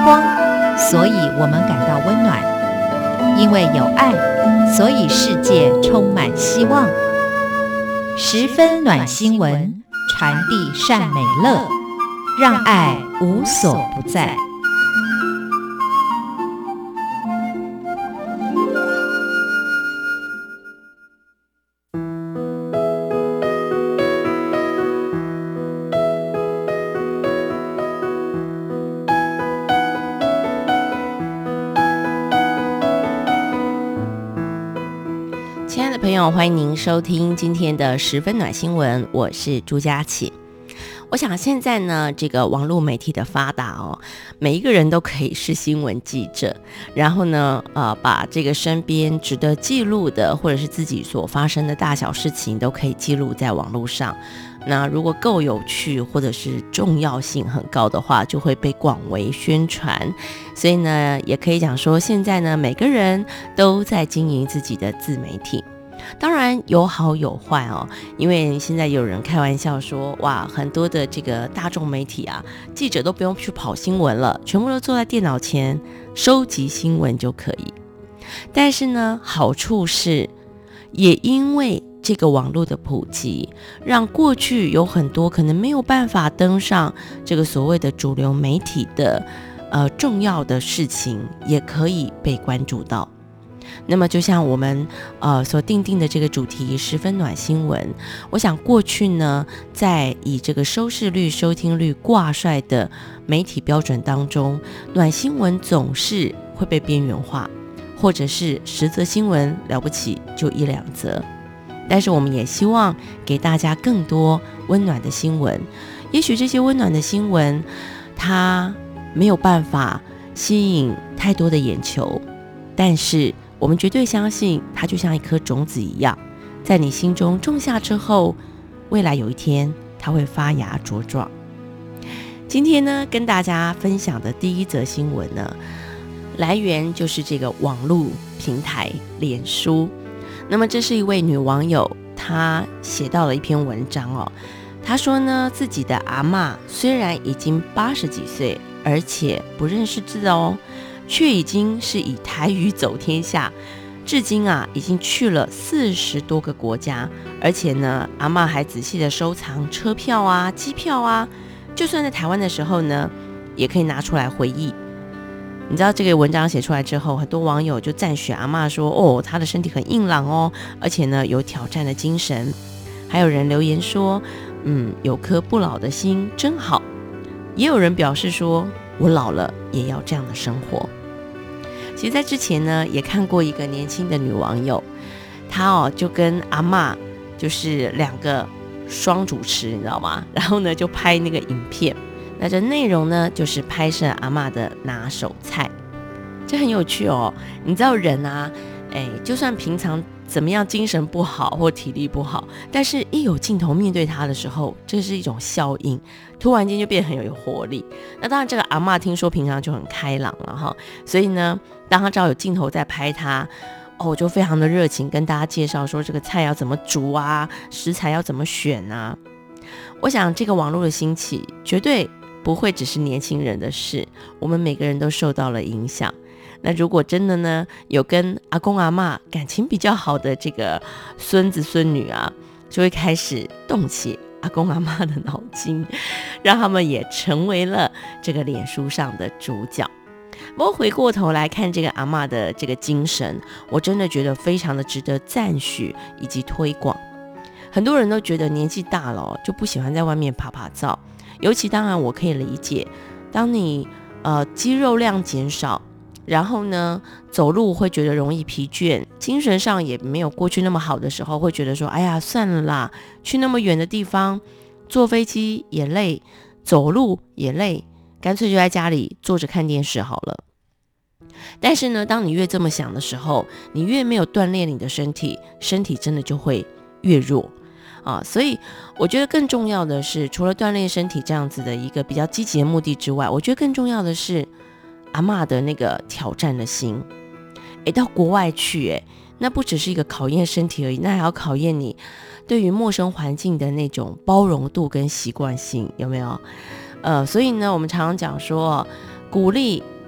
光，所以我们感到温暖；因为有爱，所以世界充满希望。十分暖新闻，传递善美乐，让爱无所不在。 亲爱的朋友，欢迎您收听今天的十分暖新闻，我是朱佳琪。我想现在呢，这个网络媒体的发达哦，每一个人都可以是新闻记者，然后呢，把这个身边值得记录的，或者是自己所发生的大小事情，都可以记录在网络上。那如果够有趣，或者是重要性很高的话，就会被广为宣传。所以呢，也可以讲说，现在呢，每个人都在经营自己的自媒体。当然有好有坏哦，因为现在有人开玩笑说，哇，很多的这个大众媒体啊，记者都不用去跑新闻了，全部都坐在电脑前收集新闻就可以。但是呢，好处是，也因为这个网络的普及，让过去有很多可能没有办法登上这个所谓的主流媒体的重要的事情，也可以被关注到。那么就像我们所定的这个主题十分暖新闻，我想过去呢，在以这个收视率、收听率挂帅的媒体标准当中，暖新闻总是会被边缘化，或者是10则新闻了不起就1、2则。但是我们也希望给大家更多温暖的新闻。也许这些温暖的新闻，它没有办法吸引太多的眼球，但是我们绝对相信，它就像一颗种子一样，在你心中种下之后，未来有一天它会发芽茁壮。今天呢，跟大家分享的第一则新闻呢，来源就是这个网络平台脸书。那么这是一位女网友，她写到了一篇文章哦。她说呢，自己的阿嬷虽然已经80几岁，而且不认识字哦，却已经是以台语走天下，至今啊已经去了40多个国家，而且呢，阿嬷还仔细的收藏车票啊、机票啊，就算在台湾的时候呢，也可以拿出来回忆。你知道这个文章写出来之后，很多网友就赞许阿嬷说，哦，她的身体很硬朗哦，而且呢有挑战的精神。还有人留言说，有颗不老的心真好。也有人表示说，我老了也要这样的生活。其实在之前呢，也看过一个年轻的女网友，她就跟阿嬷就是2个双主持，你知道吗？然后呢就拍那个影片，那这内容呢就是拍摄阿嬷的拿手菜，这很有趣哦。你知道人啊，就算平常怎么样精神不好或体力不好，但是一有镜头面对他的时候，这是一种效应，突然间就变得很有活力。那当然这个阿嬷听说平常就很开朗了哈，所以呢当他知道有镜头在拍他，就非常的热情跟大家介绍说这个菜要怎么煮啊，食材要怎么选啊。我想这个网络的兴起绝对不会只是年轻人的事，我们每个人都受到了影响。那如果真的呢，有跟阿公阿嬷感情比较好的这个孙子孙女啊，就会开始动起阿公阿嬷的脑筋，让他们也成为了这个脸书上的主角。不过回过头来看这个阿嬷的这个精神，我真的觉得非常的值得赞许以及推广。很多人都觉得年纪大了就不喜欢在外面爬爬照，尤其当然我可以理解，当你肌肉量减少，然后呢走路会觉得容易疲倦，精神上也没有过去那么好的时候，会觉得说哎呀算了啦，去那么远的地方，坐飞机也累，走路也累，干脆就在家里坐着看电视好了。但是呢，当你越这么想的时候，你越没有锻炼你的身体，身体真的就会越弱所以我觉得更重要的是，除了锻炼身体这样子的一个比较积极的目的之外，我觉得更重要的是阿嬷的那个挑战的心。到国外去那不只是一个考验身体而已，那还要考验你对于陌生环境的那种包容度跟习惯性，有没有？所以呢，我们常常讲说，鼓励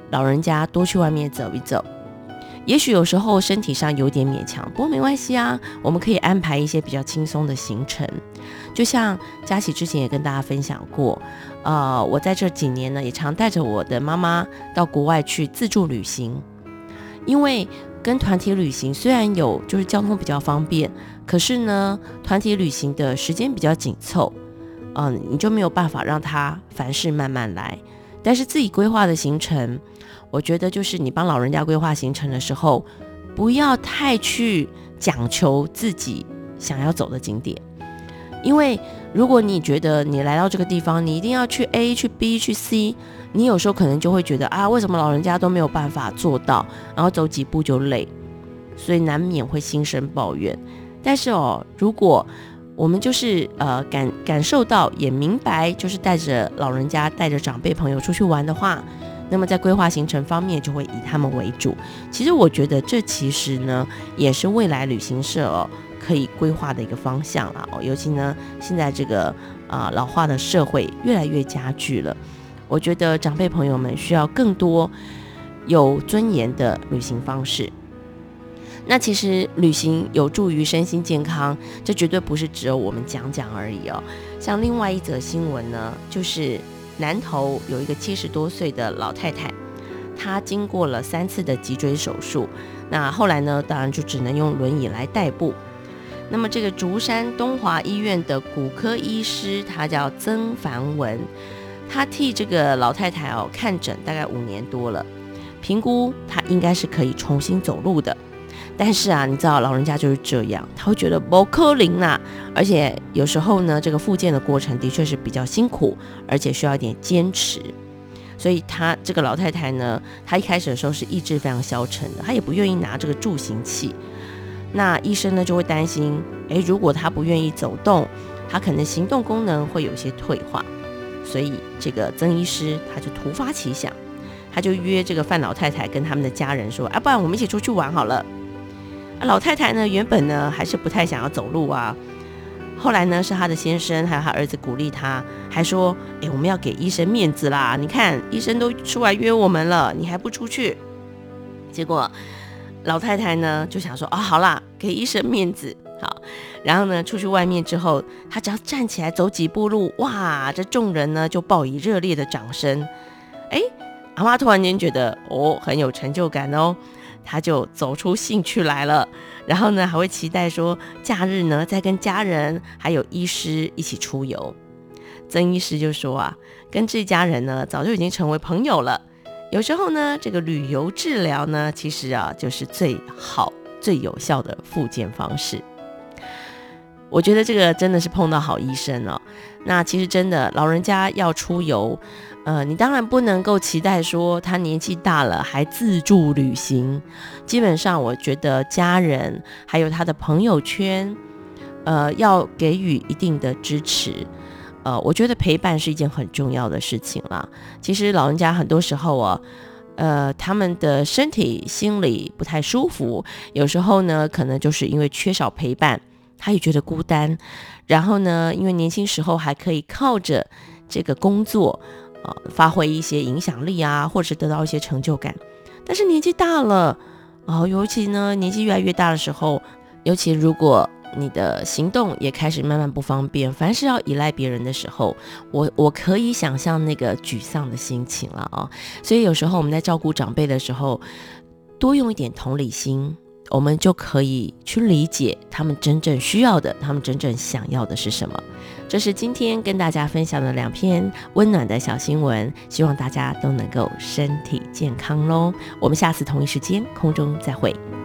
老人家多去外面走一走。也许有时候身体上有点勉强，不过没关系啊，我们可以安排一些比较轻松的行程。就像佳琪之前也跟大家分享过，我在这几年呢，也常带着我的妈妈到国外去自助旅行。因为跟团体旅行虽然有就是交通比较方便，可是呢，团体旅行的时间比较紧凑，你就没有办法让他凡事慢慢来。但是自己规划的行程，我觉得就是你帮老人家规划行程的时候，不要太去讲求自己想要走的景点。因为如果你觉得你来到这个地方，你一定要去 A 去 B 去 C， 你有时候可能就会觉得为什么老人家都没有办法做到，然后走几步就累，所以难免会心生抱怨。但是如果我们就是感受到也明白，就是带着老人家带着长辈朋友出去玩的话，那么在规划行程方面就会以他们为主。其实我觉得这其实呢也是未来旅行社可以规划的一个方向啦。尤其呢现在这个老化的社会越来越加剧了，我觉得长辈朋友们需要更多有尊严的旅行方式。那其实旅行有助于身心健康，这绝对不是只有我们讲讲而已像另外一则新闻呢，就是南投有一个70多岁的老太太，她经过了3次的脊椎手术，那后来呢当然就只能用轮椅来代步。那么这个竹山东华医院的骨科医师，他叫曾凡文，他替这个老太太看诊大概5年多了，评估她应该是可以重新走路的。但是你知道老人家就是这样，他会觉得不可能啦，而且有时候呢这个复健的过程的确是比较辛苦，而且需要一点坚持。所以她这个老太太呢，她一开始的时候是意志非常消沉的，她也不愿意拿这个助行器。那医生呢就会担心，如果她不愿意走动，她可能行动功能会有些退化。所以这个曾医师他就突发奇想，他就约这个范老太太跟他们的家人说，不然我们一起出去玩好了。老太太呢原本呢还是不太想要走路后来呢是她的先生还有她儿子鼓励她，还说我们要给医生面子啦，你看医生都出来约我们了，你还不出去。结果老太太呢就想说好啦，给医生面子好。然后呢出去外面之后，她只要站起来走几步路，哇，这众人呢就报以热烈的掌声。阿嬷突然间觉得很有成就感他就走出兴趣来了，然后呢还会期待说假日呢再跟家人还有医师一起出游。曾医师就说跟这家人呢早就已经成为朋友了。有时候呢这个旅游治疗呢其实就是最好最有效的复健方式。我觉得这个真的是碰到好医生那其实真的老人家要出游你当然不能够期待说他年纪大了还自助旅行。基本上我觉得家人还有他的朋友圈要给予一定的支持。我觉得陪伴是一件很重要的事情啦。其实老人家很多时候他们的身体心理不太舒服，有时候呢可能就是因为缺少陪伴，他也觉得孤单。然后呢因为年轻时候还可以靠着这个工作发挥一些影响力或者是得到一些成就感。但是年纪大了尤其呢年纪越来越大的时候，尤其如果你的行动也开始慢慢不方便，凡是要依赖别人的时候，我可以想象那个沮丧的心情了所以有时候我们在照顾长辈的时候，多用一点同理心，我们就可以去理解他们真正需要的，他们真正想要的是什么。这是今天跟大家分享的2篇温暖的小新闻，希望大家都能够身体健康咯。我们下次同一时间空中再会。